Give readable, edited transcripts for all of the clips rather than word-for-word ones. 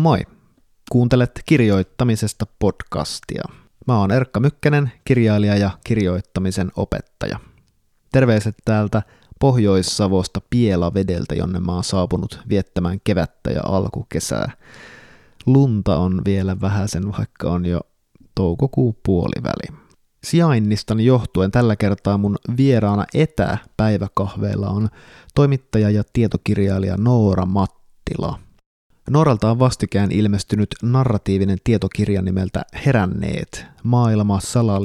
Moi! Kuuntelet kirjoittamisesta podcastia. Mä oon Erkka Mykkänen, kirjailija ja kirjoittamisen opettaja. Terveiset täältä Pohjois-Savosta Pielavedeltä, jonne mä oon saapunut viettämään kevättä ja alkukesää. Lunta on vielä vähäsen, vaikka on jo toukokuun puoliväli. Sijainnistani johtuen tällä kertaa mun vieraana etäpäiväkahveilla on toimittaja ja tietokirjailija Noora Mattila. Nooralta on vastikään ilmestynyt narratiivinen tietokirja nimeltä Heränneet, maailma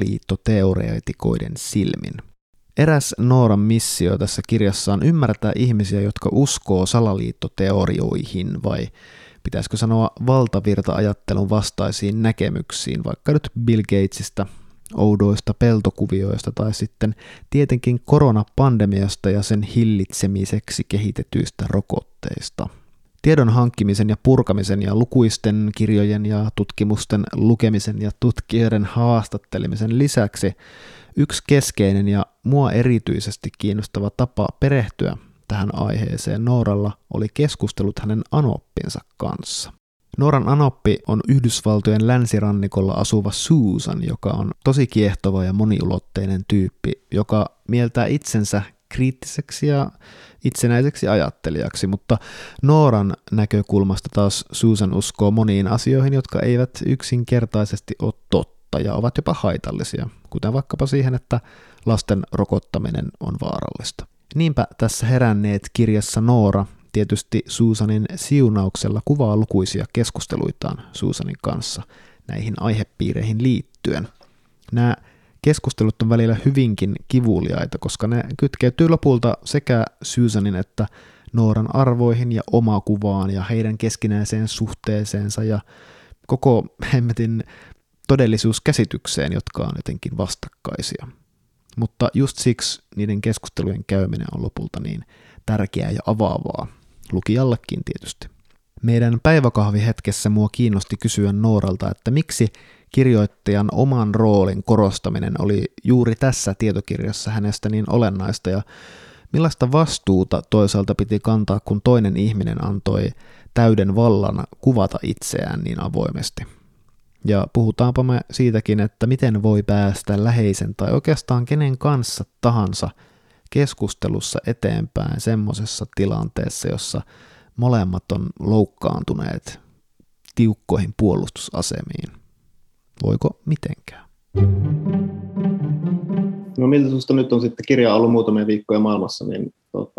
salaliittoteoreetikoiden silmin. Eräs Nooran missio tässä kirjassa on ymmärtää ihmisiä, jotka uskoo salaliittoteorioihin, vai pitäisikö sanoa valtavirta-ajattelun vastaisiin näkemyksiin, vaikka nyt Bill Gatesista, oudoista peltokuvioista tai sitten tietenkin koronapandemiasta ja sen hillitsemiseksi kehitetyistä rokotteista. Tiedon hankkimisen ja purkamisen ja lukuisten kirjojen ja tutkimusten lukemisen ja tutkijoiden haastattelemisen lisäksi yksi keskeinen ja mua erityisesti kiinnostava tapa perehtyä tähän aiheeseen Nooralla oli keskustelut hänen anoppinsa kanssa. Nooran anoppi on Yhdysvaltojen länsirannikolla asuva Susan, joka on tosi kiehtova ja moniulotteinen tyyppi, joka mieltää itsensä kriittiseksi ja itsenäiseksi ajattelijaksi, mutta Nooran näkökulmasta taas Susan uskoo moniin asioihin, jotka eivät yksinkertaisesti ole totta ja ovat jopa haitallisia, kuten vaikkapa siihen, että lasten rokottaminen on vaarallista. Niinpä tässä Heränneet -kirjassa Noora tietysti Susanin siunauksella kuvaa lukuisia keskusteluitaan Susanin kanssa näihin aihepiireihin liittyen. Nämä keskustelut on välillä hyvinkin kivuliaita, koska ne kytkeytyy lopulta sekä Susanin että Nooran arvoihin ja omakuvaan ja heidän keskinäiseen suhteeseensa ja koko hemmetin todellisuuskäsitykseen, jotka on jotenkin vastakkaisia. Mutta just siksi niiden keskustelujen käyminen on lopulta niin tärkeää ja avaavaa, lukijallekin tietysti. Meidän päiväkahvihetkessä mua kiinnosti kysyä Nooralta, että miksi kirjoittajan oman roolin korostaminen oli juuri tässä tietokirjassa hänestä niin olennaista ja millaista vastuuta toisaalta piti kantaa, kun toinen ihminen antoi täyden vallan kuvata itseään niin avoimesti. Ja puhutaanpa me siitäkin, että miten voi päästä läheisen tai oikeastaan kenen kanssa tahansa keskustelussa eteenpäin semmoisessa tilanteessa, jossa molemmat on loukkaantuneet tiukkoihin puolustusasemiin. Voiko mitenkään? No miltä sinusta nyt on sitten kirja ollut muutamia viikkoja maailmassa, niin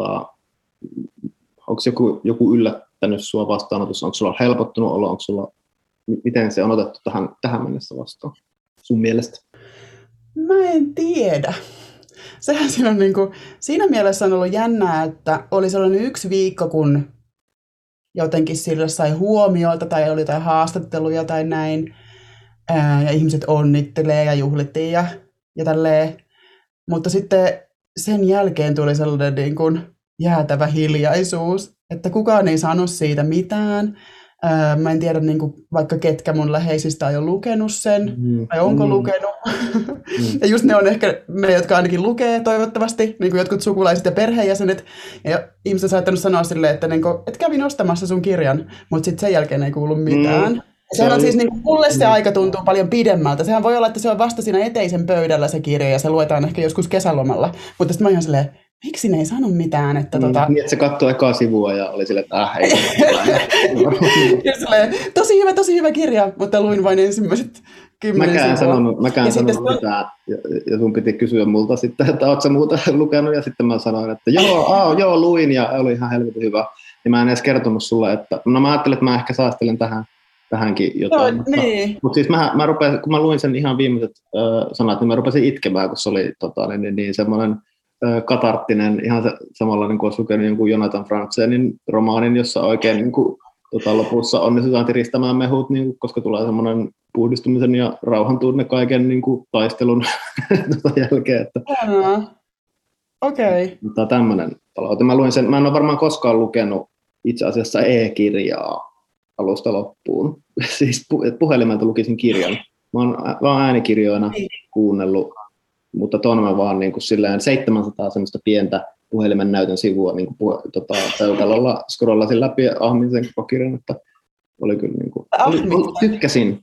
onko joku yllättänyt sinua vastaanotossa? Onko sinulla helpottunut olla? Miten se on otettu tähän mennessä vastaan sun mielestä? Mä en tiedä. Sehän siinä on siinä mielessä on ollut jännää, että oli sellainen yksi viikko, kun jotenkin sillä sai huomiota tai oli jotain haastatteluja tai näin. Ja ihmiset onnittelee ja juhlittiin ja tälleen. Mutta sitten sen jälkeen tuli sellainen jäätävä hiljaisuus, että kukaan ei sano siitä mitään. Mä en tiedä vaikka ketkä mun läheisistä on jo lukenut sen, vai onko lukenut. Ja just ne on ehkä ne, jotka ainakin lukee toivottavasti, niin kuin jotkut sukulaiset ja perheenjäsenet. Ja ihmiset on saattanut sanoa silleen, että kävin ostamassa sun kirjan, mutta sitten sen jälkeen ei kuulu mitään. Sehän on siis, mulle se aika tuntuu paljon pidemmältä. Sehän voi olla, että se on vasta siinä eteisen pöydällä se kirja ja se luetaan ehkä joskus kesälomalla. Mutta sitten mä ihan silleen, miksi ne ei sano mitään? Että Niin, että se katsoi ekaa sivua ja oli silleen, että ei. Ja silleen, tosi hyvä kirja, mutta luin vain ensimmäiset 10 sivua. Mäkään sanonut mitään. Ja sun piti kysyä multa sitten, että ootko sä muuta lukenut? Ja sitten mä sanoin, että joo, luin ja oli ihan helvetin hyvä. Ja mä en edes kertonut sulle, että mä ajattelin, että mä ehkä saastelen tähänkin jotain. No, niin. Mutta siis mä rupesin, kun mä luin sen ihan viimeiset sanat, niin mä rupesin itkemään, kun se oli niin semmoinen katarttinen, ihan samanlainen kuin olisi lukenut jonkun Jonathan Franzenin romaanin, jossa oikein lopussa onnistutaan tiristämään mehut, koska tulee semmoinen puhdistumisen ja rauhan tunne kaiken taistelun jälkeen. Okei. Mutta tämmöinen palaute. Mä luin sen, mä en ole varmaan koskaan lukenut itse asiassa e-kirjaa alusta loppuun. Siis puhelimelta lukisin kirjan. Mä oon vaan äänikirjoina kuunnellut, mutta tuon mä vaan silleen 700 semmoista pientä puhelimen näytön sivua peukalolla scrollasin läpi ja ahmin sen koko kirjan. Että oli kyllä niin kuin, tykkäsin.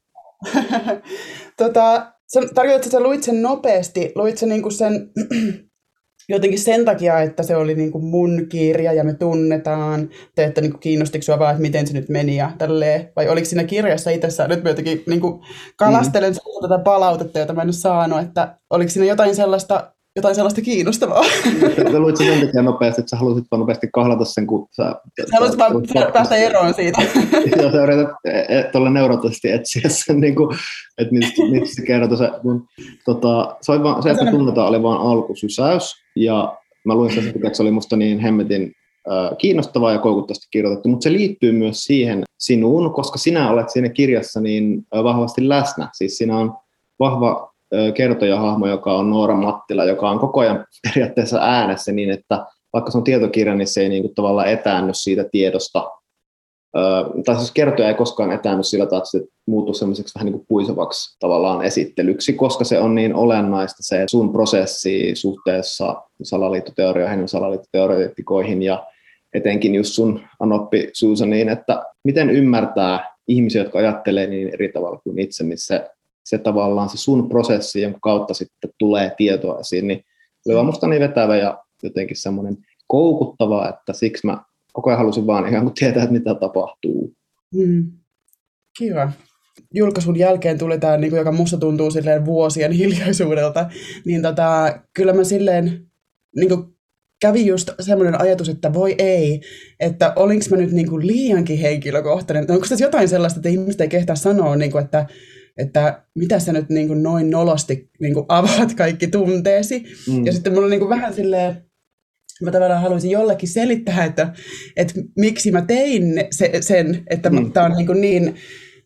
Tarkoitatko, että sä luit sen nopeasti? Luit sä niinku sen jotenkin sen takia, että se oli niinku mun kirja ja me tunnetaan, että niinku kiinnostiko sua vaan, että miten se nyt meni ja tälleen, vai oliko siinä kirjassa itsessään, nyt mä jotenkin niinku kalastelen tätä palautetta, jota mä en ole saanut, että oliko siinä jotain sellaista kiinnostavaa? Sä luit sen takia nopeasti, että sä halusit vaan nopeasti kahlata sen, kun sä halusit vaan päästä eroon siitä. Joo, sä yrität tuolla neurotisesti etsiä sen, niin kuin, että mistä se kertoi. Se että tunnetaan, oli vaan alkusysäys, ja mä luin sen, että se oli musta niin hemmetin kiinnostavaa ja koukuttavasti kirjoitettu, mutta se liittyy myös siihen sinuun, koska sinä olet siinä kirjassa niin vahvasti läsnä. Siis siinä on vahva kertojahahmo, joka on Noora Mattila, joka on koko ajan periaatteessa äänessä niin, että vaikka se on tietokirja, niin se ei niin kuin tavallaan etäänny siitä tiedosta. Tai siis kertoja ei koskaan etäänny sillä tavalla, että se muuttuu semmoiseksi vähän niin kuin puisevaksi tavallaan esittelyksi, koska se on niin olennaista se sun prosessi suhteessa salaliittoteorioihin, salaliittoteoreetikoihin ja etenkin just sun Anoppi Susaniin, että miten ymmärtää ihmisiä, jotka ajattelee niin eri tavalla kuin itse, niin se tavallaan se sun prosessi, jonka kautta sitten tulee tietoa esiin, niin oli vaan musta niin vetävä ja jotenkin semmoinen koukuttava, että siksi mä koko ajan halusin vaan ihan kuin tietää, että mitä tapahtuu. Kiva. Julkaisun jälkeen tuli tämä, niin joka musta tuntuu silleen vuosien hiljaisuudelta, niin kyllä mä silleen niin kävi just semmoinen ajatus, että voi ei, että olinko mä nyt niin kuin liiankin henkilökohtainen. Onko tässä jotain sellaista, että ihmiset ei kehtaa sanoa, niin kuin, että mitä sä nyt niin kuin noin nolosti niin kuin avaat kaikki tunteesi. Ja sitten mulla on niin kuin vähän silleen, mä tavallaan haluaisin jollekin selittää, että miksi mä tein sen, että tää on niin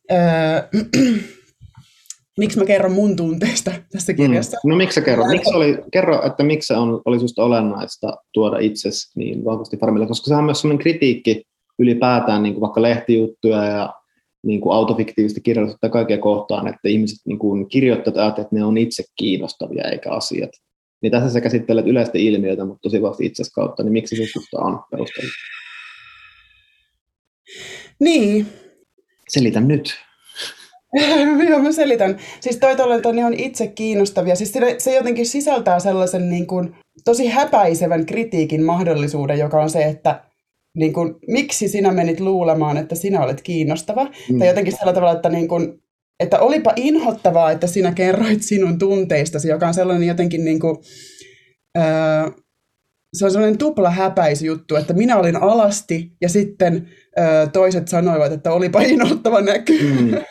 miksi mä kerron mun tunteista tässä kirjassa. No miksi sä kerro? Kerro, että miksi oli susta olennaista tuoda itsesi niin vahvasti Farmille, koska sehän on myös sellainen kritiikki ylipäätään niin kuin vaikka lehtijuttuja ja niin kuin autofiktiivistä kirjallisuutta ja kaikkea kohtaan, että ihmiset niin kuin kirjoittajat että ne on itse kiinnostavia eikä asiat. Niin tässä sä käsittelet yleistä ilmiötä, mutta tosi vahvasti itsesi kautta, niin miksi se susta on perusteltu? Niin. Selitä nyt. Joo, mä selitän. Siis että ne on itse kiinnostavia. Siis se jotenkin sisältää sellaisen niin kuin, tosi häpäisevän kritiikin mahdollisuuden, joka on se, että niin kuin, miksi sinä menit luulemaan, että sinä olet kiinnostava. Tai jotenkin sillä tavalla, että, niin kuin, että olipa inhottavaa, että sinä kerroit sinun tunteistasi, joka on sellainen jotenkin niin kuin, se on sellainen tupla häpäisjuttu, että minä olin alasti ja sitten toiset sanoivat, että olipa inhottava näky.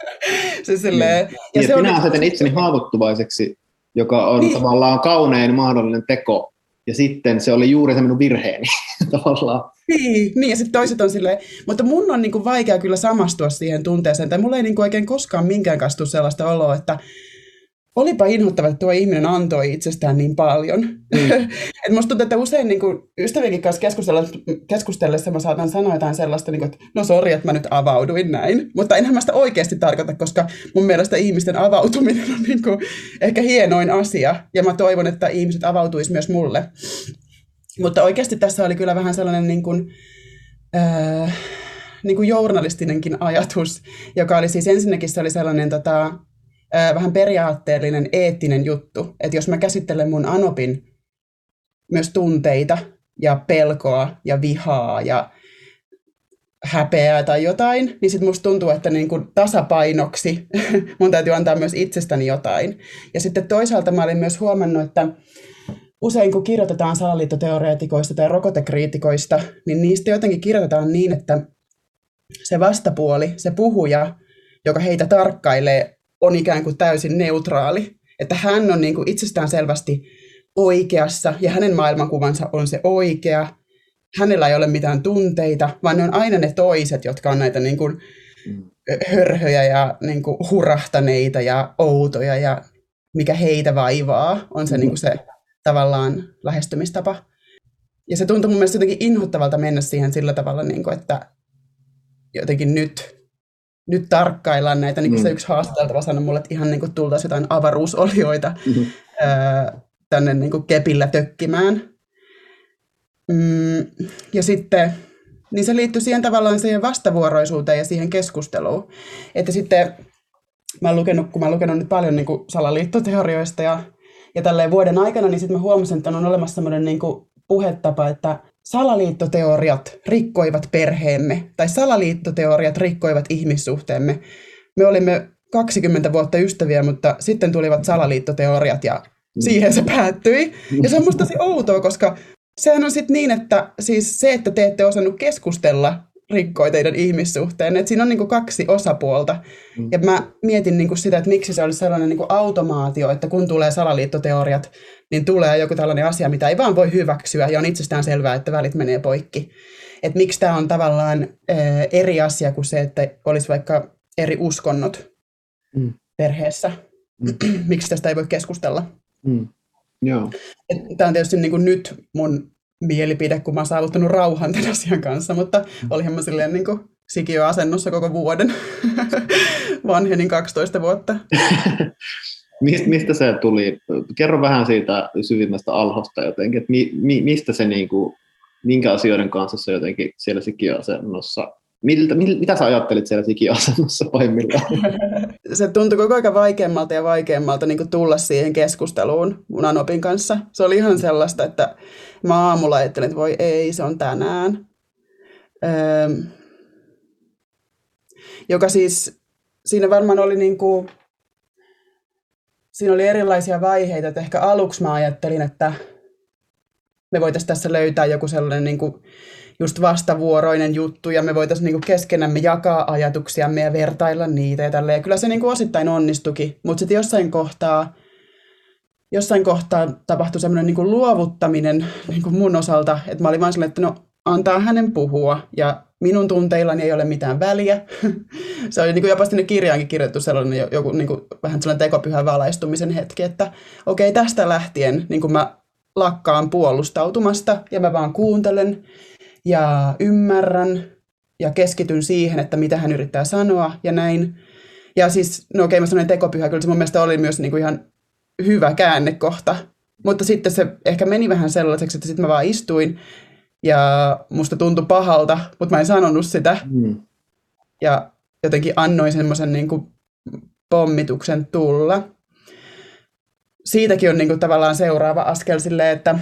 Ja minä asetin itseni haavoittuvaiseksi, joka on tavallaan kaunein mahdollinen teko. Ja sitten se oli juuri se minun virheeni tavallaan. Niin, ja sitten toiset on silleen, mutta mun on niinku vaikea kyllä samastua siihen tunteeseen, tai mulla ei niinku oikein koskaan minkään kanssa tule sellaista oloa, että olipa inhottava, että tuo ihminen antoi itsestään niin paljon. Et musta tuntuu, että usein niinku ystävienkin kanssa keskustellessa mä saatan sanoa jotain sellaista, niinku, että no sori, että mä nyt avauduin näin. Mutta enhän mä sitä oikeasti tarkoita, koska mun mielestä ihmisten avautuminen on niinku ehkä hienoin asia. Ja mä toivon, että ihmiset avautuisi myös mulle. Mutta oikeasti tässä oli kyllä vähän sellainen niin kuin journalistinenkin ajatus, joka oli siis ensinnäkin se oli sellainen vähän periaatteellinen, eettinen juttu. Että jos mä käsittelen mun Anopin myös tunteita ja pelkoa ja vihaa ja häpeää tai jotain, niin sitten musta tuntuu, että niin kuin tasapainoksi mun täytyy antaa myös itsestäni jotain. Ja sitten toisaalta mä olin myös huomannut, että usein kun kirjoitetaan salaliittoteoreetikoista tai rokotekriitikoista, niin niistä jotenkin kirjoitetaan niin, että se vastapuoli, se puhuja, joka heitä tarkkailee, on ikään kuin täysin neutraali. Että hän on niin kuin itsestään selvästi oikeassa ja hänen maailmankuvansa on se oikea. Hänellä ei ole mitään tunteita, vaan ne on aina ne toiset, jotka on näitä niin kuin hörhöjä ja niin kuin hurahtaneita ja outoja ja mikä heitä vaivaa, on se, niin kuin se tavallaan lähestymistapa. Ja se tuntuu mun mielestä jotenkin inhottavalta mennä siihen sillä tavalla, niin kuin, että jotenkin nyt tarkkaillaan näitä. Niin kuin se yksi haastateltava sanoi mulle, että ihan niin kuin tultaisiin jotain avaruusolioita tänne niin kuin kepillä tökkimään. Ja sitten niin se liittyy siihen tavallaan siihen vastavuoroisuuteen ja siihen keskusteluun. Että sitten mä oon lukenut nyt paljon niin kuin salaliittoteorioista ja tälleen vuoden aikana, niin sitten mä huomasin, että on olemassa sellainen niin kuin puhetapa, että salaliittoteoriat rikkoivat perheemme tai salaliittoteoriat rikkoivat ihmissuhteemme. Me olimme 20 vuotta ystäviä, mutta sitten tulivat salaliittoteoriat ja siihen se päättyi. Ja se on musta tosi outoa, koska sehän on sitten niin, että siis se, että te ette osannut keskustella, rikkoi teidän ihmissuhteen. Että siinä on niinku kaksi osapuolta. Ja mä mietin niinku sitä, että miksi se olisi sellainen niinku automaatio, että kun tulee salaliittoteoriat, niin tulee joku tällainen asia, mitä ei vaan voi hyväksyä ja on itsestään selvää, että välit menee poikki. Että miksi tämä on tavallaan eri asia kuin se, että olisi vaikka eri uskonnot perheessä. Miksi tästä ei voi keskustella? Joo. Tämä on tietysti niin kuin nyt mun mielipide, kun mä oon saavuttanut rauhan tämän asian kanssa, mutta olihan mä silleen niin kuin sikiöasennossa koko vuoden. Vanhenin 12 vuotta. Mistä se tuli? Kerro vähän siitä syvimmästä alhosta jotenkin, että mistä se niin kuin, minkä asioiden kanssa se jotenkin siellä sikiöasennossa, mitä sä ajattelit siellä sikiöasennossa pahimmillaan? Se tuntui koko ajan vaikeammalta ja vaikeammalta niin kuin tulla siihen keskusteluun mun Anopin kanssa. Se oli ihan sellaista, että mä aamulla ajattelin, että voi ei, se on tänään. Joka siis, siinä varmaan oli niin kuin, siinä oli erilaisia vaiheita, että ehkä aluksi mä ajattelin, että me voitaisiin tässä löytää joku sellainen niin kuin just vastavuoroinen juttu, ja me voitaisiin niin kuin keskenämme jakaa ajatuksiamme ja vertailla niitä ja tälleen. Ja kyllä se niin kuin osittain onnistuki, mutta sitten jossain kohtaa tapahtui semmoinen niin kuin luovuttaminen niin kuin mun osalta, että mä olin vaan sellainen, että no antaa hänen puhua, ja minun tunteillani ei ole mitään väliä. Se oli niin kuin jopa sinne kirjaankin kirjoitettu sellainen joku niin kuin vähän sellainen tekopyhän valaistumisen hetki, että okei, tästä lähtien niin kuin mä lakkaan puolustautumasta, ja mä vaan kuuntelen ja ymmärrän ja keskityn siihen, että mitä hän yrittää sanoa ja näin. Ja siis, no okei, mä sanoin tekopyhä, kyllä se mun mielestä oli myös niin kuin ihan hyvä käännekohta. Mutta sitten se ehkä meni vähän sellaiseksi, että sitten mä vaan istuin ja musta tuntui pahalta, mutta mä en sanonut sitä. Ja jotenkin annoin semmoisen niin kuin pommituksen tulla. Siitäkin on niin kuin tavallaan seuraava askel silleen, että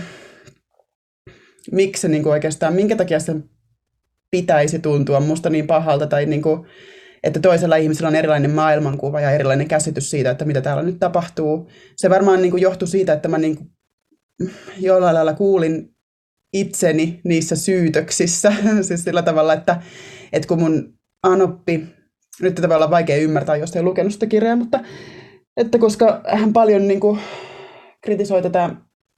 miksi se niin kuin oikeastaan, minkä takia se pitäisi tuntua musta niin pahalta, tai niin kuin, että toisella ihmisellä on erilainen maailmankuva ja erilainen käsitys siitä, että mitä täällä nyt tapahtuu. Se varmaan niin kuin johtui siitä, että mä niin kuin jollain lailla kuulin itseni niissä syytöksissä, siis sillä tavalla, että kun mun Anoppi, nyt tätä voi olla vaikea ymmärtää, jos ei lukenut sitä kirjaa, mutta että koska hän paljon niin kuin kritisoi tätä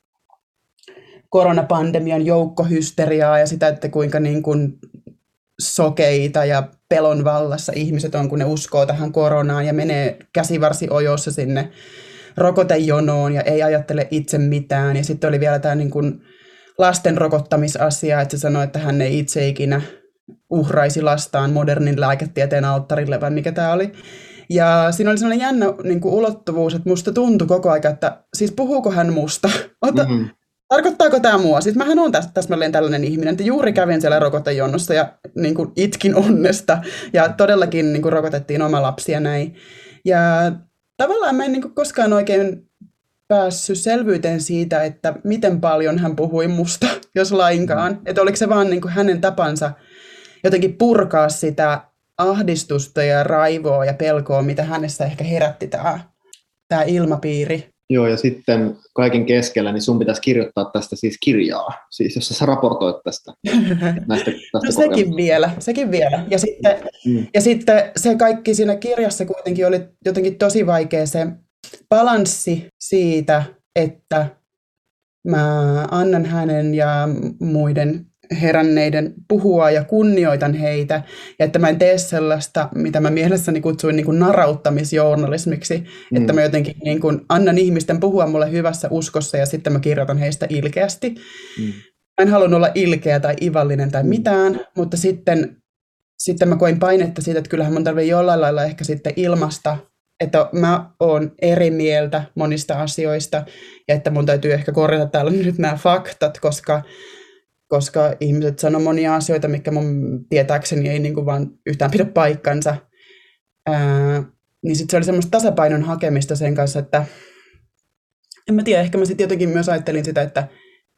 koronapandemian joukkohysteriaa ja sitä, että kuinka niin kuin sokeita ja pelon vallassa ihmiset on, kun ne uskoo tähän koronaan ja menee käsivarsiojossa sinne rokotejonoon ja ei ajattele itse mitään. Ja sitten oli vielä tämä niin kuin lasten rokottamisasia, että se sanoi, että hän ei itse ikinä uhraisi lastaan modernin lääketieteen alttarille, vai mikä tämä oli. Ja siinä oli sellainen jännä niin kuin ulottuvuus, että musta tuntui koko ajan, että siis puhuuko hän musta? Tarkoittaako tämä mua? Siis mähän olen täsmälleen tällainen ihminen, että juuri kävin siellä rokotejonossa ja niin kuin itkin onnesta. Ja todellakin niin kuin rokotettiin oma lapsi ja näin. Ja tavallaan mä en niin kuin koskaan oikein päässyt selvyyteen siitä, että miten paljon hän puhui musta, jos lainkaan. Että oliko se vaan niin kuin hänen tapansa jotenkin purkaa sitä ahdistusta ja raivoa ja pelkoa, mitä hänessä ehkä herätti tämä ilmapiiri. Joo, ja sitten kaiken keskellä, niin sun pitäisi kirjoittaa tästä siis kirjaa, siis jos sä raportoit tästä. Tästä no sekin vielä. Ja sitten se kaikki siinä kirjassa kuitenkin oli jotenkin tosi vaikea se balanssi siitä, että mä annan hänen ja muiden heränneiden puhua ja kunnioitan heitä, ja että mä en tee sellaista, mitä mä mielessäni kutsuin niin kuin narauttamisjournalismiksi, että mä jotenkin niin kuin annan ihmisten puhua mulle hyvässä uskossa, ja sitten mä kirjoitan heistä ilkeästi. Mä en halunnut olla ilkeä tai ivallinen tai mitään, mutta sitten mä koin painetta siitä, että kyllähän mun tarvitsee jollain lailla ehkä sitten ilmaista, että mä oon eri mieltä monista asioista, ja että mun täytyy ehkä korjata täällä nyt nämä faktat, koska koska ihmiset sanoo monia asioita, mitkä mun tietääkseni ei niin kuin vaan yhtään pidä paikkansa. Niin sitten se oli semmoista tasapainon hakemista sen kanssa, että en mä tiedä, ehkä mä sitten jotenkin myös ajattelin sitä, että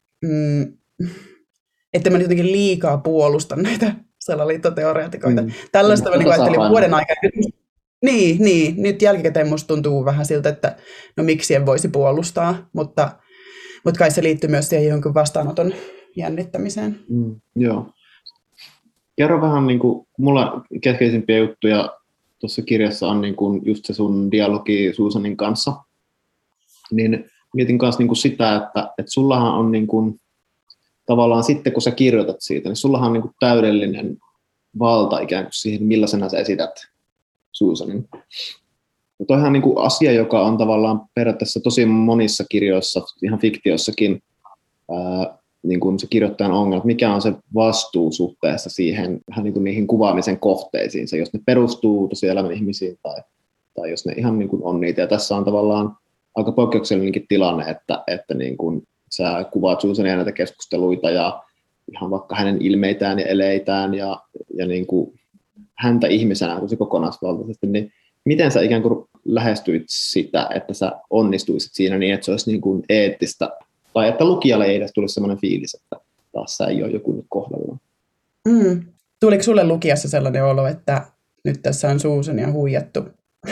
mä jotenkin liikaa puolusta näitä salaliittoteoreetikoita. Tällaista mä niin ajattelin vuoden aikana. Niin, nyt jälkikäteen musta tuntuu vähän siltä, että no miksi en voisi puolustaa, mutta kai se liittyy myös siihen jonkun vastaanoton jännittämiseen. Joo. Kerro vähän, niin kuin, mulla keskeisimpiä juttuja tuossa kirjassa on niin kuin just se sun dialogi Susanin kanssa. Niin mietin myös niin kuin sitä, että sullahan on niin kuin, tavallaan sitten kun sä kirjoitat siitä, niin sullahan on niin kuin täydellinen valta ikään kuin siihen, millaisena sä esität Susanin. Ja toihan on niin kuin asia, joka on tavallaan periaatteessa tosi monissa kirjoissa, ihan fiktiossakin, niin kuin se kirjoittajan ongelma, mikä on se vastuu suhteessa siihen vähän niin kuin niihin kuvaamisen kohteisiin, se, jos ne perustuu tosi elämän ihmisiin tai jos ne ihan niin kuin on niitä. Ja tässä on tavallaan aika poikkeuksellinenkin tilanne, että niin kuin sä kuvaat Susania näitä keskusteluita ja ihan vaikka hänen ilmeitään ja eleitään ja niin kuin häntä ihmisenä tosi kokonaisvaltaisesti, niin miten sä ikään kuin lähestyit sitä, että sä onnistuisit siinä niin, että se olisi niin kuin eettistä, tai että lukijalle ei edes tulisi sellainen fiilis, että taas sä ei ole joku nyt kohdallaan? Tuliko sulle lukijassa sellainen olo, että nyt tässä on Susania huijattu?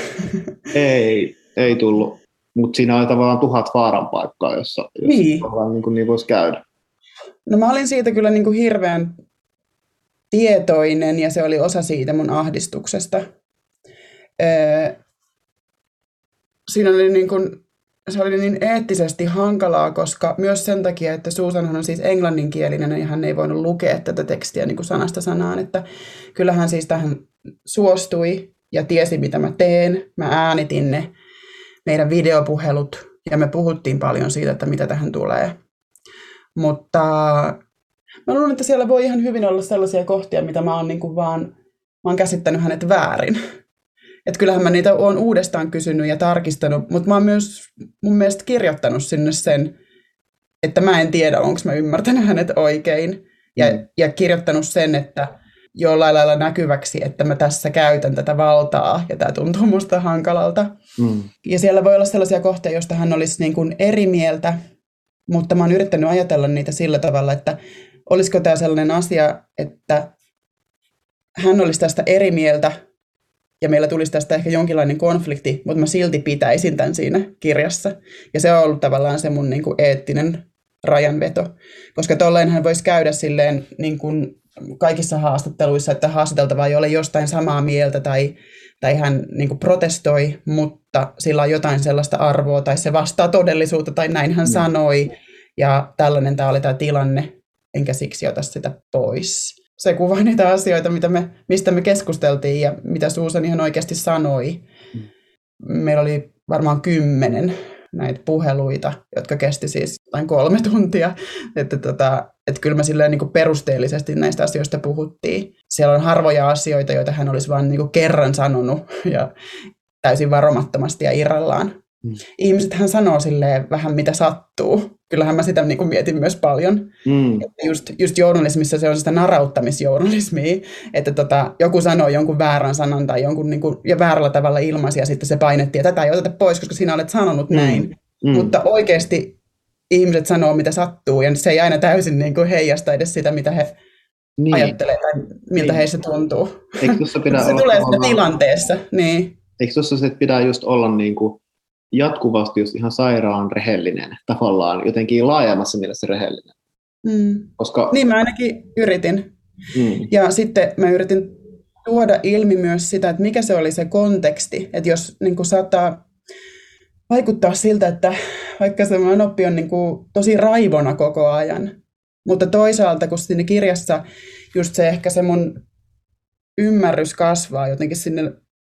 Ei tullut, mutta siinä oli tavallaan 1000 vaaran paikkaa, jossa niin voisi käydä. No mä olin siitä kyllä niin kuin hirveän tietoinen ja se oli osa siitä mun ahdistuksesta. Siinä oli niin kuin, se oli niin eettisesti hankalaa, koska myös sen takia, että Susanhan on siis englanninkielinen ja hän ei voinut lukea tätä tekstiä niin kuin sanasta sanaan, että kyllähän siis tähän suostui ja tiesi mitä mä teen. Mä äänitin ne meidän videopuhelut ja me puhuttiin paljon siitä, että mitä tähän tulee. Mutta mä luulen, että siellä voi ihan hyvin olla sellaisia kohtia, mitä mä oon niin kuin mä oon käsittänyt hänet väärin. Että kyllähän mä niitä oon uudestaan kysynyt ja tarkistanut, mutta mä oon myös mun mielestä kirjoittanut sinne sen, että mä en tiedä, onko mä ymmärtänyt hänet oikein. Ja kirjoittanut sen, että jollain lailla näkyväksi, että mä tässä käytän tätä valtaa ja tää tuntuu musta hankalalta. Ja siellä voi olla sellaisia kohtia, joista hän olisi niin kuin eri mieltä, mutta mä oon yrittänyt ajatella niitä sillä tavalla, että olisiko tämä sellainen asia, että hän olisi tästä eri mieltä ja meillä tulisi tästä ehkä jonkinlainen konflikti, mutta mä silti pitäisin tämän siinä kirjassa. Ja se on ollut tavallaan se mun niin kuin eettinen rajanveto, koska tolleen hän voisi käydä silleen niin kuin kaikissa haastatteluissa, että haastateltava ei ole jostain samaa mieltä tai hän niin kuin protestoi, mutta sillä on jotain sellaista arvoa tai se vastaa todellisuutta tai näin hän sanoi ja tällainen tämä oli tämä tilanne, enkä siksi ota sitä pois. Se kuvaa niitä asioita, mistä me keskusteltiin ja mitä Susan ihan oikeasti sanoi. Meillä oli varmaan 10 näitä puheluita, jotka kesti siis 3 tuntia. Että kyllä me silleen niin kuin perusteellisesti näistä asioista puhuttiin. Siellä on harvoja asioita, joita hän olisi vain niin kuin kerran sanonut ja täysin varomattomasti ja irrallaan. Ihmisethän sanoo silleen vähän mitä sattuu. Kyllähän mä sitä niin kuin mietin myös paljon. Just journalismissa se on sitä narauttamisjournalismia, että joku sanoo jonkun väärän sanan tai jonkun niin kuin, ja väärällä tavalla ilmaisi ja sitten se painettiin, ja tätä ei oteta pois, koska sinä olet sanonut näin. Mutta oikeasti ihmiset sanoo mitä sattuu ja se ei aina täysin niin kuin heijasta edes sitä, mitä he ajattelee tai miltä heissä tuntuu. Se tulee siinä tilanteessa. Niin. Eikö tuossa se pitää just olla niin kuin jatkuvasti just ihan sairaan rehellinen, tavallaan jotenkin laajemmassa mielessä rehellinen. Koska niin mä ainakin yritin. Ja sitten mä yritin tuoda ilmi myös sitä, että mikä se oli se konteksti. Että jos niin kuin saattaa vaikuttaa siltä, että vaikka se oppi on niin kuin tosi raivona koko ajan, mutta toisaalta kun siinä kirjassa just se ehkä se mun ymmärrys kasvaa jotenkin sinne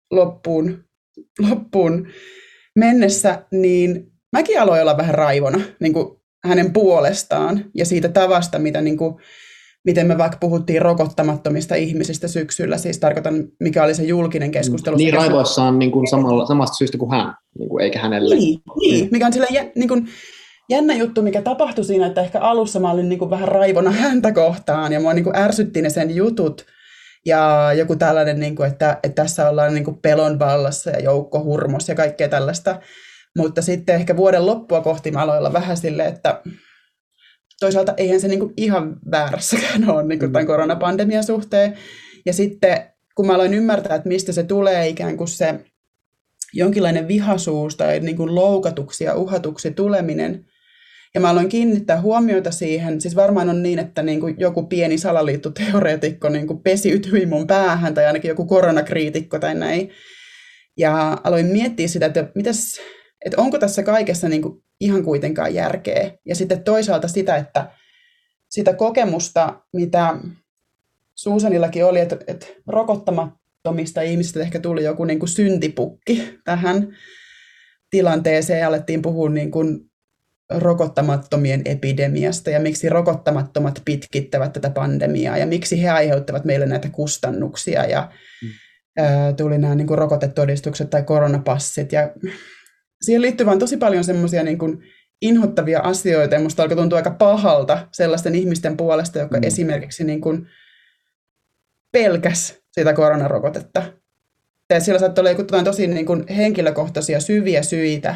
loppuun mennessä, niin mäkin aloin olla vähän raivona niin kuin hänen puolestaan ja siitä tavasta, miten me vaikka puhuttiin rokottamattomista ihmisistä syksyllä, siis tarkoitan, mikä oli se julkinen keskustelu. Niin raivoissaan niin kuin samasta syystä kuin hän, niin kuin, eikä hänelle. Niin, mikä on sillä, niin kuin, jännä juttu, mikä tapahtui siinä, että ehkä alussa mä olin niin kuin vähän raivona häntä kohtaan ja mua niin kuin ärsytti ne sen jutut ja joku tällainen, niin kuin, että tässä ollaan niin kuin pelon vallassa ja joukkohurmos ja kaikkea tällaista. Mutta sitten ehkä vuoden loppua kohti mä aloin olla vähän silleen, että toisaalta eihän se niin kuin ihan väärässäkään ole niin kuin tämän koronapandemian suhteen. Ja sitten kun mä aloin ymmärtää, että mistä se tulee ikään kuin se jonkinlainen vihaisuus tai niin kuin loukatuksi ja uhatuksi tuleminen. Ja mä aloin kiinnittää huomiota siihen, siis varmaan on niin, että niin kuin joku pieni salaliittoteoreetikko niin kuin pesiytyi mun päähän tai ainakin joku koronakriitikko tai näin. Ja aloin miettiä sitä, että onko tässä kaikessa niin kuin ihan kuitenkaan järkeä. Ja sitten toisaalta sitä, että sitä kokemusta, mitä Suusanillakin oli, että rokottamattomista ihmisistä ehkä tuli joku niin kuin syntipukki tähän tilanteeseen ja alettiin puhua niin kuin rokottamattomien epidemiasta ja miksi rokottamattomat pitkittävät tätä pandemiaa ja miksi he aiheuttavat meille näitä kustannuksia ja tuli nämä niin kuin rokotetodistukset tai koronapassit ja siihen liittyy vaan tosi paljon semmoisia niin kuin inhottavia asioita ja musta alkoi tuntua aika pahalta sellaisten ihmisten puolesta, jotka esimerkiksi niin kuin pelkäs sitä koronarokotetta. Ja siellä saattoi olla jotain tosi niin kuin henkilökohtaisia syviä syitä,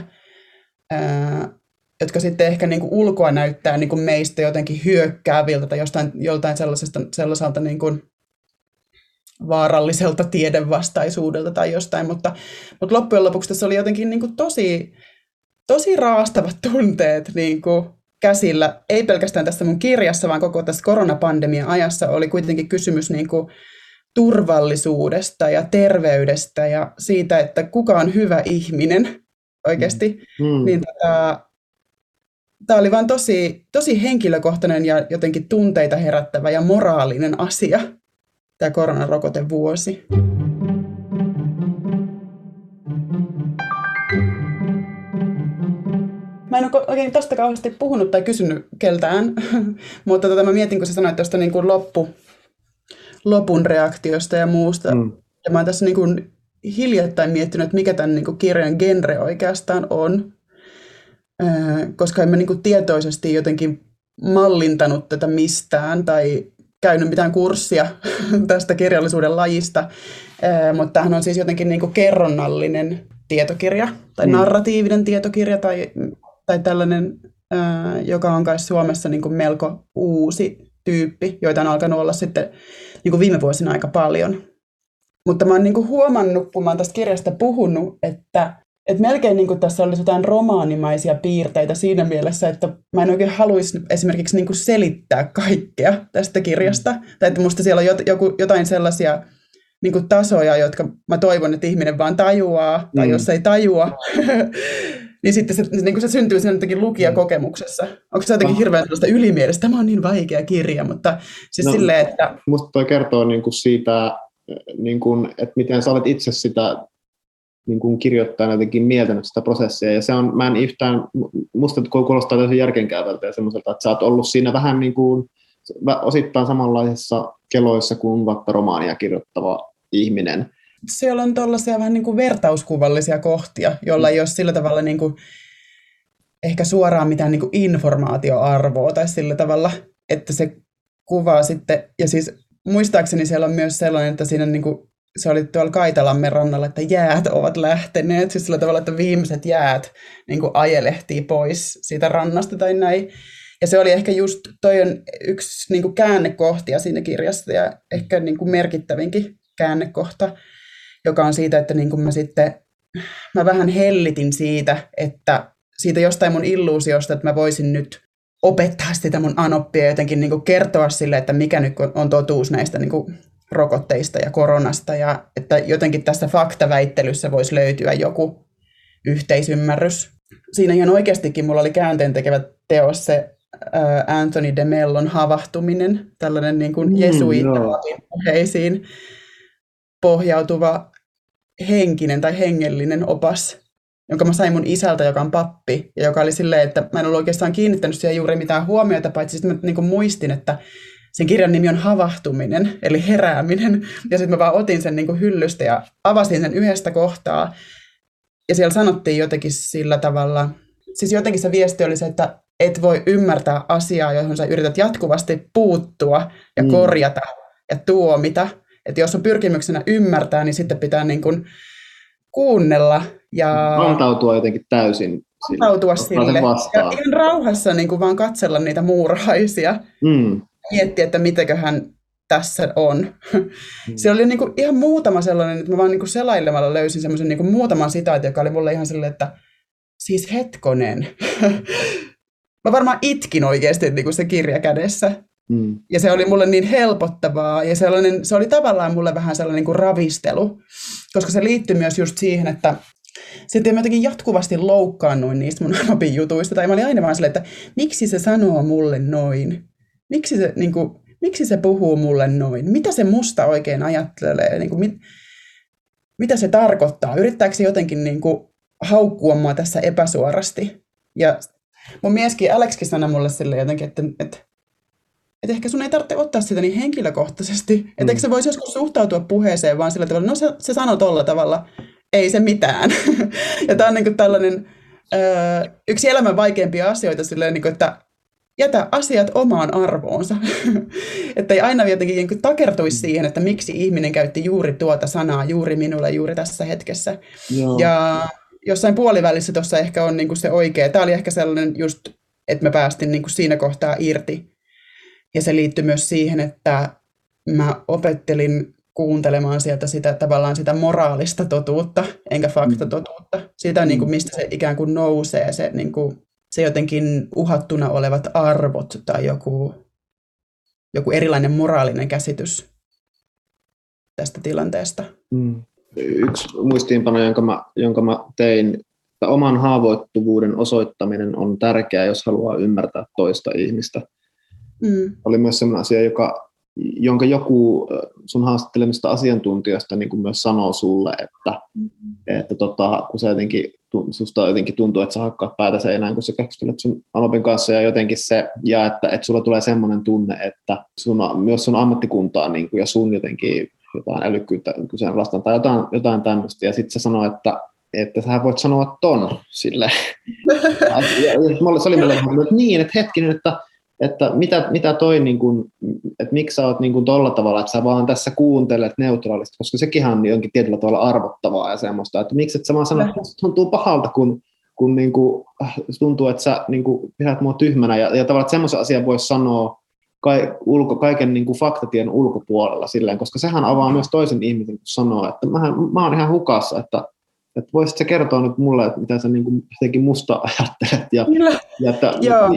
jotka sitten ehkä niin kuin ulkoa näyttää niin kuin meistä jotenkin hyökkääviltä tai joltain sellaiselta niin kuin vaaralliselta tiedevastaisuudelta tai jostain, mutta loppujen lopuksi tässä oli jotenkin niin kuin tosi raastavat tunteet niin kuin käsillä, ei pelkästään tässä mun kirjassa, vaan koko tässä koronapandemian ajassa oli kuitenkin kysymys niin kuin turvallisuudesta ja terveydestä ja siitä, että kuka on hyvä ihminen oikeasti. Niin tämä oli vaan tosi henkilökohtainen ja jotenkin tunteita herättävä ja moraalinen asia, tämä koronarokotevuosi. Mä en ole oikein tästä kauheasti puhunut tai kysynyt keltään, mutta mä mietin, kun sä sanoit tuosta niin kuin lopun reaktiosta ja muusta. Ja mä oon tässä niin kuin hiljattain miettinyt, että mikä tämän niin kuin kirjan genre oikeastaan on, koska en mä niin kuin tietoisesti jotenkin mallintanut tätä mistään tai käynyt mitään kurssia tästä kirjallisuuden lajista, mutta tämähän on siis jotenkin niin kuin kerronnallinen tietokirja tai narratiivinen tietokirja tai tällainen, joka on kai Suomessa niin kuin melko uusi tyyppi, joita on alkanut olla sitten niin kuin viime vuosina aika paljon. Mutta mä oon niin kuin huomannut, kun mä oon tästä kirjasta puhunut, että melkein niin kuin tässä olisi jotain romaanimaisia piirteitä siinä mielessä, että mä en oikein haluaisi esimerkiksi niin kuin selittää kaikkea tästä kirjasta. Tai että musta siellä on jotain sellaisia niin kuin tasoja, jotka mä toivon, että ihminen vaan tajuaa, tai jos ei tajua, niin sitten se syntyy siinä jotenkin lukijakokemuksessa. Onko se jotenkin hirveän sellaista ylimielistä? Tämä on niin vaikea kirja, mutta siis silleen, että... Musta toi kertoo niin kuin siitä, niin kuin, että miten sä olet itse sitä niin kuin kirjoittajana jotenkin mieltänyt sitä prosessia, ja se on, mä en yhtään, musta kuulostaa täysin järkenkäyvältä ja semmoiselta, että sä oot ollut siinä vähän niin kuin osittain samanlaisissa keloissa kuin vaikka romaania kirjoittava ihminen. Siellä on tuollaisia vähän niin kuin vertauskuvallisia kohtia, joilla ei ole sillä tavalla niin kuin ehkä suoraan mitään niin kuin informaatioarvoa tai sillä tavalla, että se kuvaa sitten, ja siis muistaakseni siellä on myös sellainen, että siinä niin kuin, se oli tuolla Kaitalammen rannalla, että jäät ovat lähteneet, siis sillä tavalla, että viimeiset jäät niin kuin ajelehtii pois siitä rannasta tai näin. Ja se oli ehkä just, toi on yksi niin kuin käännekohtia siinä kirjassa ja ehkä niin kuin merkittävinkin käännekohta, joka on siitä, että niin kuin mä vähän hellitin siitä jostain mun illuusiosta, että mä voisin nyt opettaa sitä mun anoppia jotenkin niin kuin kertoa sille, että mikä nyt on totuus näistä niin kuin rokotteista ja koronasta ja että jotenkin tässä faktaväittelyssä voisi löytyä joku yhteisymmärrys. Siinä ihan oikeastikin mulla oli käänteentekevä teos se Anthony de Mellon Havahtuminen, tällainen niin kuin jesuittapuheisiin pohjautuva henkinen tai hengellinen opas, jonka mä sain mun isältä, joka on pappi, ja joka oli silleen, että mä en ollut oikeastaan kiinnittänyt siihen juuri mitään huomiota, paitsi sitten mä niin kuin muistin, että sen kirjan nimi on Havahtuminen, eli herääminen, ja sitten mä vaan otin sen niin kuin hyllystä ja avasin sen yhdestä kohtaa, ja siellä sanottiin jotenkin sillä tavalla, siis jotenkin se viesti oli se, että et voi ymmärtää asiaa, johon sä yrität jatkuvasti puuttua ja korjata ja tuomita. Että jos on pyrkimyksenä ymmärtää, niin sitten pitää niin kuin kuunnella ja antautua jotenkin täysin. Antautua sille ja ihan rauhassa niin kuin vaan katsella niitä muurahaisia. Miettiä, että mitäköhän tässä on. Se oli niin kuin ihan muutama sellainen, että mä vaan niin kuin selailemalla löysin semmoisen niin kuin muutaman sitaatin, joka oli mulle ihan silleen, että siis hetkonen. Mä varmaan itkin oikeasti niin kuin se kirja kädessä. Ja se oli mulle niin helpottavaa ja se oli tavallaan mulle vähän sellainen niin kuin ravistelu, koska se liittyi myös just siihen, että sitten mä jotenkin jatkuvasti loukkaannuin niistä mun Anopin jutuista, tai mä olin aina vaan silleen, että miksi se sanoo mulle noin? Miksi se puhuu mulle noin? Mitä se musta oikein ajattelee? Niin kuin, mitä se tarkoittaa? Yrittääkö se jotenkin niin kuin haukkua mua tässä epäsuorasti? Ja mun mieskin Alexkin sanoi mulle silleen jotenkin, että ehkä sun ei tarvitse ottaa sitä niin henkilökohtaisesti. Että eikö se voisi joskus suhtautua puheeseen vaan sillä tavalla, no se sanoo tolla tavalla, ei se mitään. Ja tämä on niin kuin tällainen yksi elämän vaikeimpia asioita silleen, niin kuin, että jätä asiat omaan arvoonsa. Että ei aina jotenkin niin kuin takertuisi siihen, että miksi ihminen käytti juuri tuota sanaa juuri minulle juuri tässä hetkessä. Joo. Ja jossain puolivälissä tuossa ehkä on niin kuin se oikea. Tämä oli ehkä sellainen just, että mä päästin niin kuin siinä kohtaa irti. Ja se liittyi myös siihen, että mä opettelin kuuntelemaan sieltä sitä tavallaan sitä moraalista totuutta, enkä faktatotuutta. Siitä niin kuin, mistä se ikään kuin nousee, se, niin kuin, se jotenkin uhattuna olevat arvot tai joku erilainen moraalinen käsitys tästä tilanteesta. Yksi muistiinpano, jonka mä tein, että oman haavoittuvuuden osoittaminen on tärkeää, jos haluaa ymmärtää toista ihmistä. Oli myös sellainen asia, jonka joku sun haastattelemista asiantuntijoista niin kuin myös sanoo sulle, että kun se susta jotenkin tuntuu, että sä hakkaat päätä seinään, kun sä keskustelet sun Anopin kanssa ja jotenkin se, ja että sulla tulee semmoinen tunne, että myös sun ammattikuntaa niin kuin, ja sun jotenkin jotain älykkyyttä kyseenalaistaan tai jotain tämmöistä, ja sitten se sanoo, että sä voit sanoa ton sille. Se oli mulle että niin, että hetkinen, että mitä toi, niin kun, että miksi sä oot niin tolla tavalla, että sä vaan tässä kuuntelet neutraalisti, koska sekin on jonkin tietyllä tavalla arvottavaa ja semmoista, että miksi et sä vaan sano, että tuntuu pahalta, kun niin kun, tuntuu, että sä niin kun pidät mua tyhmänä, ja tavallaan, että semmoisen asian voisi sanoa kaiken niin kuin faktatien ulkopuolella silleen, koska sehän avaa myös toisen ihmisen, kun sanoo, että mä oon ihan hukassa, että voisitko sä kertoa nyt mulle, että mitä sä niin jotenkin musta ajattelet, ja että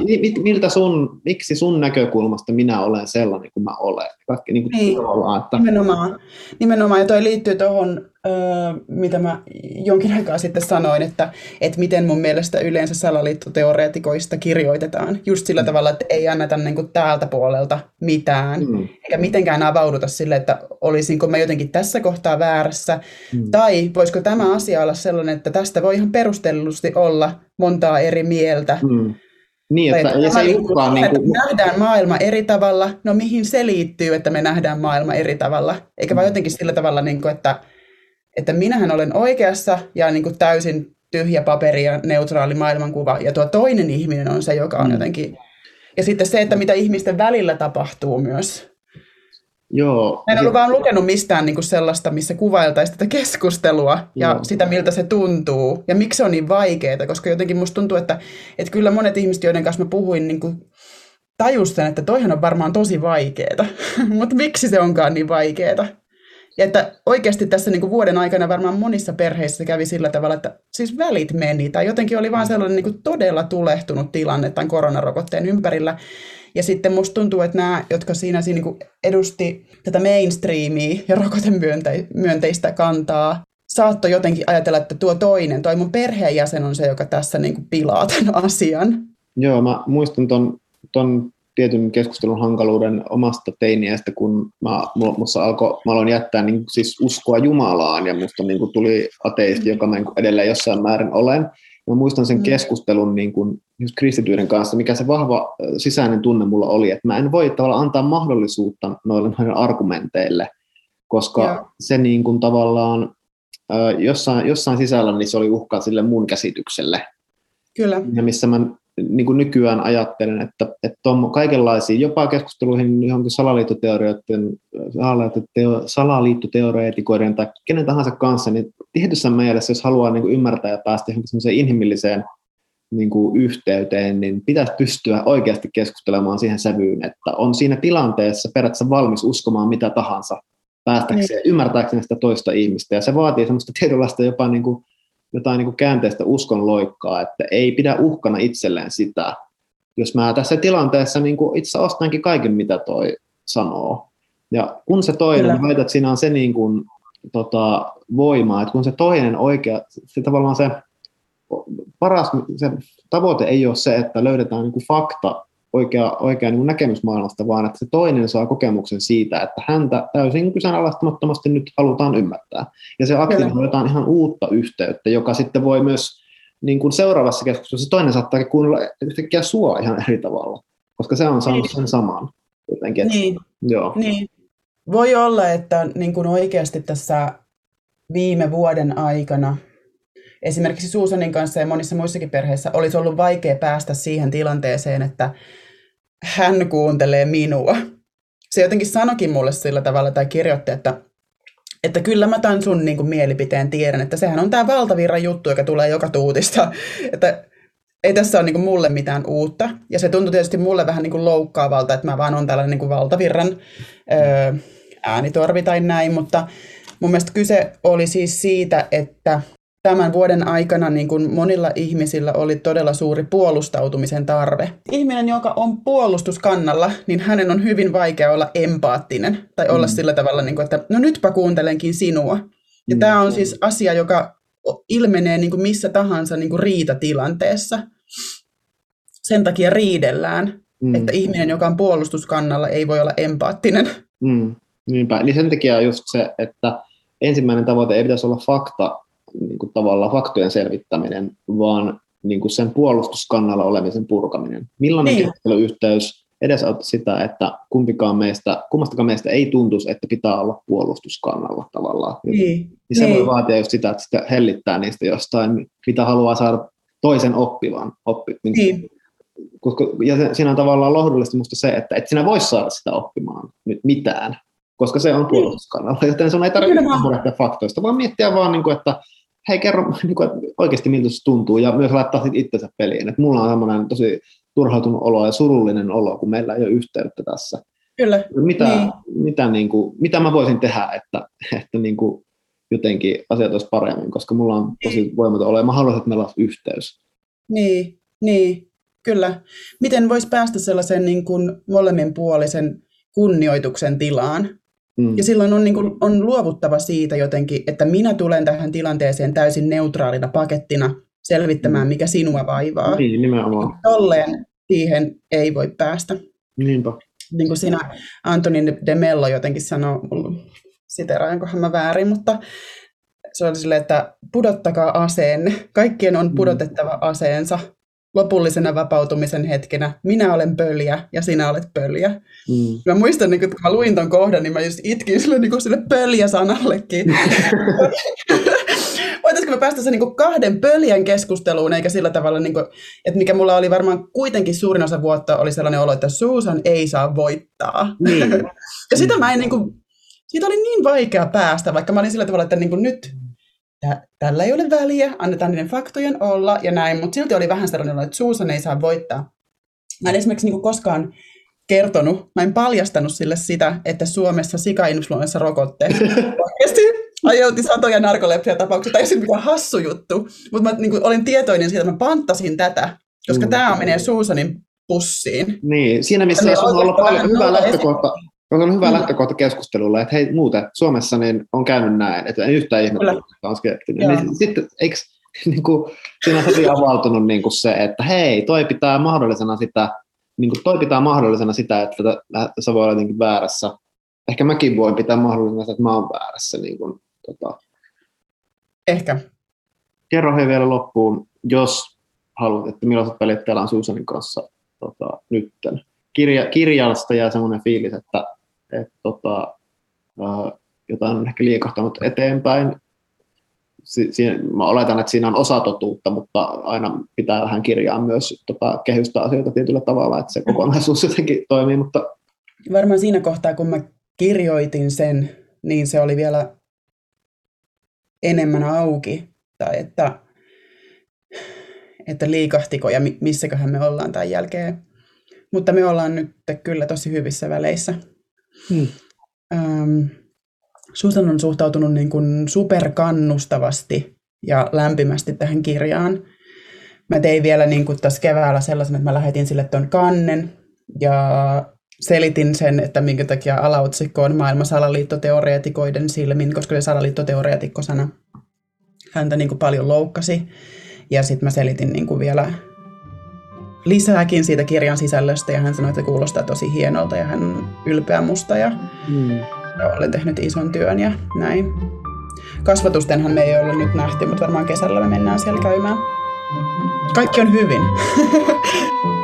miksi sun näkökulmasta minä olen sellainen kuin mä olen. Kaikki, niin kuin että nimenomaan, ja toi liittyy tuohon, mitä mä jonkin aikaa sitten sanoin, että miten mun mielestä yleensä salaliittoteoreetikoista kirjoitetaan, just sillä tavalla, että ei anneta niin kuin täältä puolelta mitään, eikä mitenkään avauduta sille, että olisinko mä jotenkin tässä kohtaa väärässä, tai voisiko tämä asia olla sellainen, että tästä voi ihan perustellusti olla montaa eri mieltä. Niin, että se ei olekaan niin kuin nähdään maailma eri tavalla. No mihin se liittyy, että me nähdään maailma eri tavalla? Eikä vaan jotenkin sillä tavalla, niin kuin, että minähän olen oikeassa ja niin kuin täysin tyhjä paperi ja neutraali maailmankuva. Ja tuo toinen ihminen on se, joka on jotenkin. Ja sitten se, että mitä ihmisten välillä tapahtuu myös. Joo. Mä en ollut vaan lukenut mistään niin kuin sellaista, missä kuvailtaisiin tätä keskustelua ja sitä, miltä se tuntuu. Ja miksi se on niin vaikeaa, koska jotenkin musta tuntuu, että kyllä monet ihmiset, joiden kanssa mä puhuin, niin kuin tajus sen, että toihan on varmaan tosi vaikeaa. Mutta miksi se onkaan niin vaikeaa? Ja että oikeasti tässä niin kuin vuoden aikana varmaan monissa perheissä kävi sillä tavalla, että siis välit meni. Tai jotenkin oli vaan sellainen niin kuin todella tulehtunut tilanne tämän koronarokotteen ympärillä. Ja sitten musta tuntuu, että nämä, jotka siinä niin kuin edusti tätä mainstreamia ja rokotemyönteistä kantaa, saattoi jotenkin ajatella, että toi mun perheenjäsen on se, joka tässä niin kuin pilaa tämän asian. Joo, mä muistan ton tietyn keskustelun hankaluuden omasta teiniästä, kun mä aloin jättää niin siis uskoa Jumalaan, ja musta niin kuin tuli ateisti, joka mä edelleen jossain määrin olen. Mä muistan sen keskustelun niin kuin just kristityyden kanssa, mikä se vahva sisäinen tunne mulla oli, että mä en voi tavallaan antaa mahdollisuutta noille argumenteille, koska se niin kuin tavallaan jossain sisällä niin se oli uhkaa sille mun käsitykselle. Kyllä. Ja missä mä niin kuin nykyään ajattelen, että kaikenlaisiin, jopa keskusteluihin johonkin salaliittoteoreetikoiden tai kenen tahansa kanssa, niin tietyssä mielessä, jos haluaa niin kuin ymmärtää ja päästä johonkin semmoiseen inhimilliseen niin kuin yhteyteen, niin pitäisi pystyä oikeasti keskustelemaan siihen sävyyn, että on siinä tilanteessa periaatteessa valmis uskomaan mitä tahansa päästäkseen, ymmärtääkseen sitä toista ihmistä. Ja se vaatii semmoista tietynlaista jopa niin kuin jotain niin kuin käänteistä uskonloikkaa, että ei pidä uhkana itselleen sitä. Jos mä tässä tilanteessa niin kuin itse ostankin kaiken, mitä toi sanoo. Ja kun se toinen, väität, että siinä on se niin kuin, voima, että kun se toinen oikea, se tavallaan se paras se tavoite ei ole se, että löydetään niin kuin fakta, oikea niin kuin näkemys maailmasta, vaan että se toinen saa kokemuksen siitä, että häntä täysin kyseenalaistamattomasti nyt halutaan ymmärtää. Ja se aktiivoi jotain ihan uutta yhteyttä, joka sitten voi myös niin kuin seuraavassa keskustelussa toinen saattaa kuunnella yhtäkkiä sua ihan eri tavalla, koska se on saanut sen saman jotenkin. Niin. Voi olla, että niin kuin oikeasti tässä viime vuoden aikana esimerkiksi Susanin kanssa ja monissa muissakin perheissä olisi ollut vaikea päästä siihen tilanteeseen, että hän kuuntelee minua. Se jotenkin sanokin mulle sillä tavalla tai kirjoitti, että kyllä mä tämän sun niin kuin mielipiteen tiedän, että sehän on tämä valtavirran juttu, joka tulee joka tuutista, että ei tässä ole niin kuin mulle mitään uutta. Ja se tuntui tietysti mulle vähän niin kuin loukkaavalta, että mä vaan on tällainen niin kuin valtavirran äänitorvi tai näin, mutta mun mielestä kyse oli siis siitä, että tämän vuoden aikana niin kuin monilla ihmisillä oli todella suuri puolustautumisen tarve. Ihminen, joka on puolustuskannalla, niin hänen on hyvin vaikea olla empaattinen tai olla sillä tavalla, niin kuin, että no nytpä kuuntelenkin sinua. Ja tämä on siis asia, joka ilmenee niin kuin missä tahansa niin kuin riitatilanteessa. Sen takia riidellään, että ihminen, joka on puolustuskannalla, ei voi olla empaattinen. Niinpä. Niin sen takia just se, että ensimmäinen tavoite ei pitäisi olla fakta, niin kuin tavallaan faktojen selvittäminen, vaan niin kuin sen puolustuskannalla olemisen purkaminen. Millainen keskusteluyhteys edesauttaa sitä, että kummastakaan meistä ei tuntuisi, että pitää olla puolustuskannalla tavallaan. Niin se voi vaatia just sitä, että sitä hellittää niistä jostain, mitä haluaa saada toisen oppivan. Ja siinä on tavallaan lohdullisesti musta se, että et sinä vois saada sitä oppimaan nyt mitään, koska se on puolustuskannalla, joten sun ei tarvitse murehtia faktoista, vaan miettiä vaan, että hei, kerro että oikeasti miltä se tuntuu, ja myös laittaa itsensä peliin. Että mulla on semmoinen tosi turhautunut olo ja surullinen olo, kun meillä ei ole yhteyttä tässä. Kyllä. Mitä mä voisin tehdä, että jotenkin asiat olisi paremmin, koska mulla on tosi voimaton olo, ja mä haluaisin, että meillä olisi yhteys. Niin, kyllä. Miten voisi päästä sellaisen niin kuin molemminpuolisen kunnioituksen tilaan? Ja silloin on luovuttava siitä jotenkin, että minä tulen tähän tilanteeseen täysin neutraalina pakettina selvittämään, mikä sinua vaivaa. Niin, nimenomaan. Tolleen siihen ei voi päästä. Niinpä. Niin kuin siinä Antoni de Mello jotenkin sanoi, siteraankohan mä väärin, mutta se oli silleen, että pudottakaa aseenne. Kaikkien on pudotettava aseensa. Lopullisena vapautumisen hetkenä minä olen pöljä ja sinä olet pöljä. Mä muistan, kun mä luin ton kohdan, niin mä just itkin sille pöljä-sanallekin. Voitaisiko me päästä se kahden pöljän keskusteluun, eikä sillä tavalla, että mikä mulla oli varmaan kuitenkin suurin osa vuotta, oli sellainen olo, että Susan ei saa voittaa. Ja sitä mä en, siitä oli niin vaikea päästä, vaikka mä olin sillä tavalla, että nyt tällä ei ole väliä, annetaan niiden faktojen olla ja näin, mutta silti oli vähän sellainen, että Susan ei saa voittaa. Mä en esimerkiksi koskaan kertonut, mä en paljastanut sille sitä, että Suomessa sika-influenssa rokotteet oikeasti aiheutti satoja narkolepsia-tapauksia, tai ei se mikään hassu juttu, mutta mä olin tietoinen siitä, että mä panttasin tätä, koska tämä menee Susanin pussiin. Niin, siinä missä on ollut paljon hyvää lähtökohtaa. On ollut hyvä lähtökohta keskustelulla, että hei muuten, Suomessa niin on käynyt näin, että en yhtään ihmettä, että on skeptinen. Niin sitten eikö siinä on heti avautunut se, että hei, toi pitää mahdollisena sitä, että sä voi olla jotenkin väärässä. Ehkä mäkin voin pitää mahdollisena sitä, että mä oon väärässä. Ehkä. Kerro he vielä loppuun, jos haluat, että millaiset pelit teillä on Susanin kanssa nytten. Kirjasta jää semmoinen fiilis, että jotain on ehkä liikahtanut eteenpäin mä oletan, että siinä on osa totuutta, mutta aina pitää vähän kirjaa myös kehystä asioita tietyllä tavalla, että se kokonaisuus jotenkin toimii. Mutta varmaan siinä kohtaa, kun mä kirjoitin sen, niin se oli vielä enemmän auki, tai että liikahtiko ja missäköhän me ollaan tämän jälkeen. Mutta me ollaan nyt kyllä tosi hyvissä väleissä. Susan on suhtautunut niin kuin superkannustavasti ja lämpimästi tähän kirjaan. Mä tein vielä niin kuin tässä keväällä sellaisen, että mä lähetin sille ton kannen ja selitin sen, että minkä takia alaotsikko on maailman salaliittoteoreetikoiden silmin, koska se salaliittoteoreetikko-sana häntä niin kuin paljon loukkasi. Ja sitten mä selitin niin kuin vielä lisääkin siitä kirjan sisällöstä ja hän sanoi, että kuulostaa tosi hienolta ja hän on ylpeä musta ja olen tehnyt ison työn ja näin. Kasvatustenhan me ei olla nyt nähty, mutta varmaan kesällä me mennään siellä käymään. Kaikki on hyvin.